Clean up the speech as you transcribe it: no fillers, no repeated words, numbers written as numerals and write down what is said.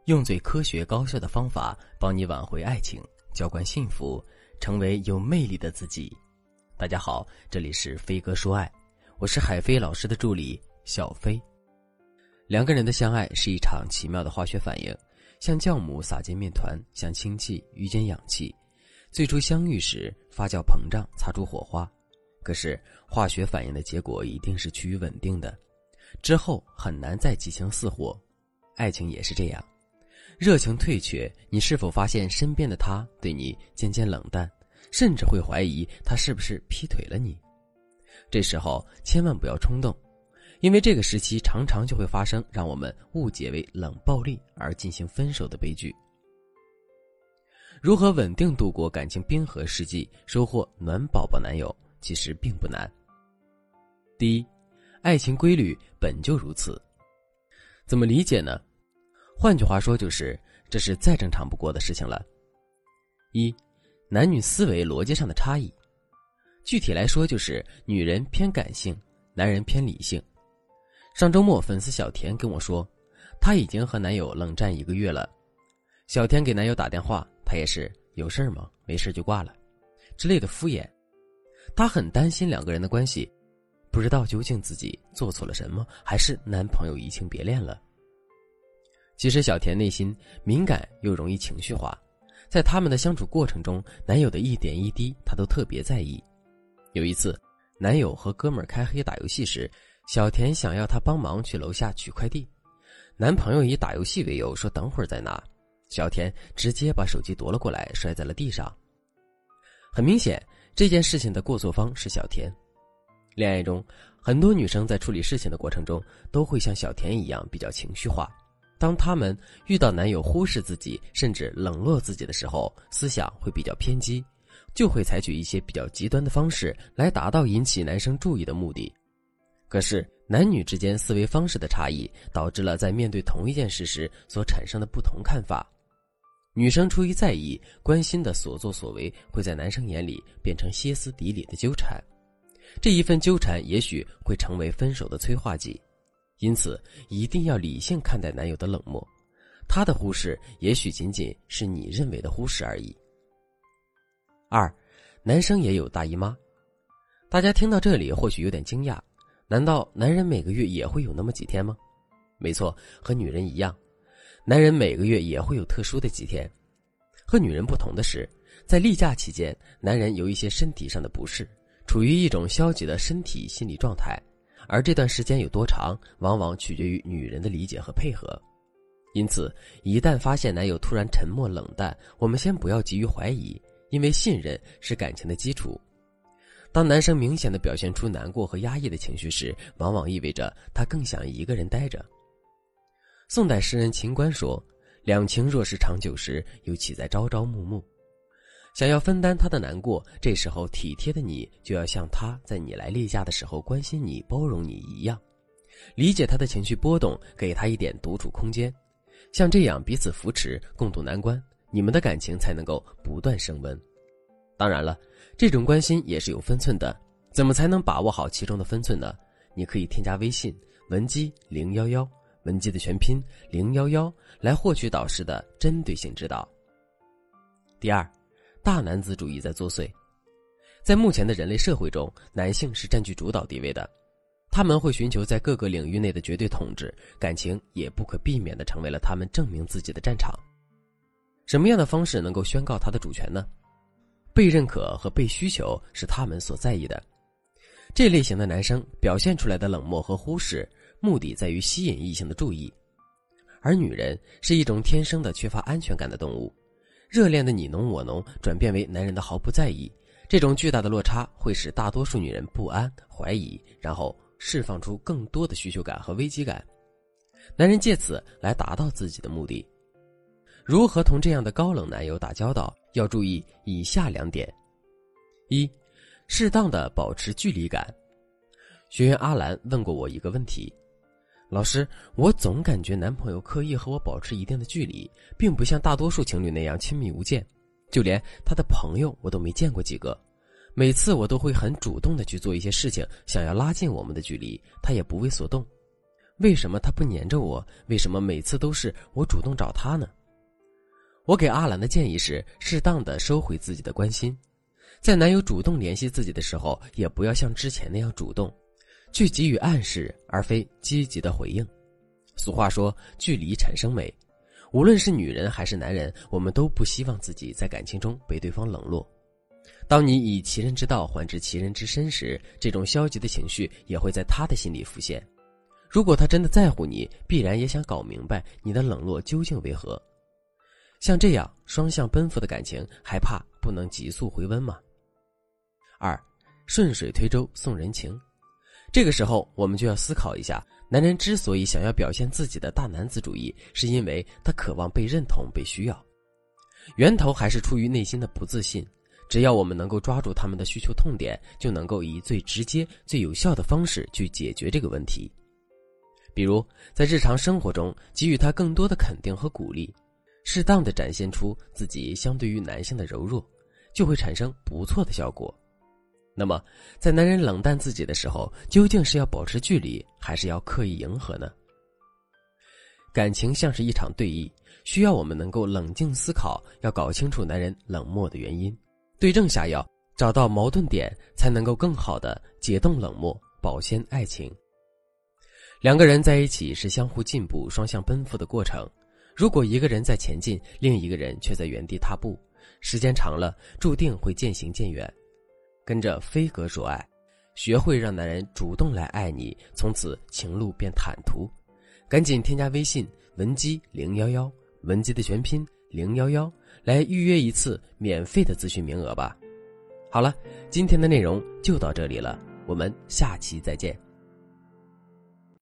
用最科学高效的方法帮你挽回爱情，浇灌幸福，成为有魅力的自己。大家好，这里是飞哥说爱，我是海飞老师的助理小飞。两个人的相爱是一场奇妙的化学反应，像酵母撒进面团，像氢气遇见氧气。最初相遇时发酵膨胀，擦出火花。可是化学反应的结果一定是趋于稳定的，之后很难再激情似火。爱情也是这样，热情退却，你是否发现身边的他对你渐渐冷淡，甚至会怀疑他是不是劈腿了你？这时候千万不要冲动，因为这个时期常常就会发生让我们误解为冷暴力而进行分手的悲剧。如何稳定度过感情冰河世纪，收获暖宝宝男友，其实并不难。第一，爱情规律本就如此。怎么理解呢？换句话说就是这是再正常不过的事情了。一，男女思维逻辑上的差异。具体来说就是女人偏感性，男人偏理性。上周末粉丝小田跟我说，她已经和男友冷战1个月了。小田给男友打电话，他也是有事吗？没事就挂了之类的敷衍。她很担心两个人的关系，不知道究竟自己做错了什么，还是男朋友移情别恋了。其实小田内心敏感又容易情绪化，在他们的相处过程中，男友的一点一滴她都特别在意。有一次男友和哥们儿开黑打游戏时，小田想要他帮忙去楼下取快递，男朋友以打游戏为由说等会儿再拿，小田直接把手机夺了过来摔在了地上。很明显这件事情的过错方是小田。恋爱中很多女生在处理事情的过程中都会像小田一样比较情绪化，当她们遇到男友忽视自己甚至冷落自己的时候，思想会比较偏激，就会采取一些比较极端的方式来达到引起男生注意的目的。可是男女之间思维方式的差异导致了在面对同一件事时所产生的不同看法。女生出于在意关心的所作所为，会在男生眼里变成歇斯底里的纠缠，这一份纠缠也许会成为分手的催化剂。因此一定要理性看待男友的冷漠，他的忽视也许仅仅是你认为的忽视而已。二，男生也有大姨妈。大家听到这里或许有点惊讶，难道男人每个月也会有那么几天吗？没错，和女人一样，男人每个月也会有特殊的几天。和女人不同的是，在例假期间，男人有一些身体上的不适，处于一种消极的身体心理状态，而这段时间有多长，往往取决于女人的理解和配合。因此一旦发现男友突然沉默冷淡，我们先不要急于怀疑，因为信任是感情的基础。当男生明显地表现出难过和压抑的情绪时，往往意味着他更想一个人待着。宋代诗人秦观说，两情若是长久时，又岂在朝朝暮暮。想要分担他的难过，这时候体贴的你就要像他在你来例假的时候关心你包容你一样，理解他的情绪波动，给他一点独处空间。像这样彼此扶持，共度难关，你们的感情才能够不断升温。当然了，这种关心也是有分寸的，怎么才能把握好其中的分寸呢？你可以添加微信文姬011，文姬的全拼011，来获取导师的针对性指导。第二，大男子主义在作祟。在目前的人类社会中，男性是占据主导地位的，他们会寻求在各个领域内的绝对统治，感情也不可避免地成为了他们证明自己的战场。什么样的方式能够宣告他的主权呢？被认可和被需求是他们所在意的。这类型的男生表现出来的冷漠和忽视，目的在于吸引异性的注意。而女人是一种天生的缺乏安全感的动物，热恋的你侬我侬转变为男人的毫不在意，这种巨大的落差会使大多数女人不安、怀疑，然后释放出更多的需求感和危机感。男人借此来达到自己的目的。如何同这样的高冷男友打交道，要注意以下2点。一，适当的保持距离感。学员阿兰问过我一个问题，老师，我总感觉男朋友刻意和我保持一定的距离，并不像大多数情侣那样亲密无间，就连他的朋友我都没见过几个，每次我都会很主动的去做一些事情，想要拉近我们的距离，他也不为所动。 为什么他不黏着我？为什么每次都是我主动找他呢？我给阿兰的建议是，适当的收回自己的关心，在男友主动联系自己的时候，也不要像之前那样主动，去给予暗示，而非积极的回应。俗话说，距离产生美。无论是女人还是男人，我们都不希望自己在感情中被对方冷落。当你以其人之道还治其人之身时，这种消极的情绪也会在他的心里浮现。如果他真的在乎你，必然也想搞明白你的冷落究竟为何。像这样双向奔赴的感情，还怕不能急速回温吗？2. 顺水推舟送人情。这个时候我们就要思考一下，男人之所以想要表现自己的大男子主义，是因为他渴望被认同、被需要，源头还是出于内心的不自信。只要我们能够抓住他们的需求痛点，就能够以最直接、最有效的方式去解决这个问题。比如在日常生活中给予他更多的肯定和鼓励，适当的展现出自己相对于男性的柔弱，就会产生不错的效果。那么在男人冷淡自己的时候，究竟是要保持距离，还是要刻意迎合呢？感情像是一场对弈，需要我们能够冷静思考，要搞清楚男人冷漠的原因，对症下药，找到矛盾点，才能够更好的解冻冷漠，保鲜爱情。两个人在一起是相互进步、双向奔赴的过程。如果一个人在前进，另一个人却在原地踏步，时间长了，注定会渐行渐远。跟着飞哥说爱，学会让男人主动来爱你，从此情路变坦途。赶紧添加微信文姬011，文姬的全拼011，来预约一次免费的咨询名额吧。好了，今天的内容就到这里了，我们下期再见。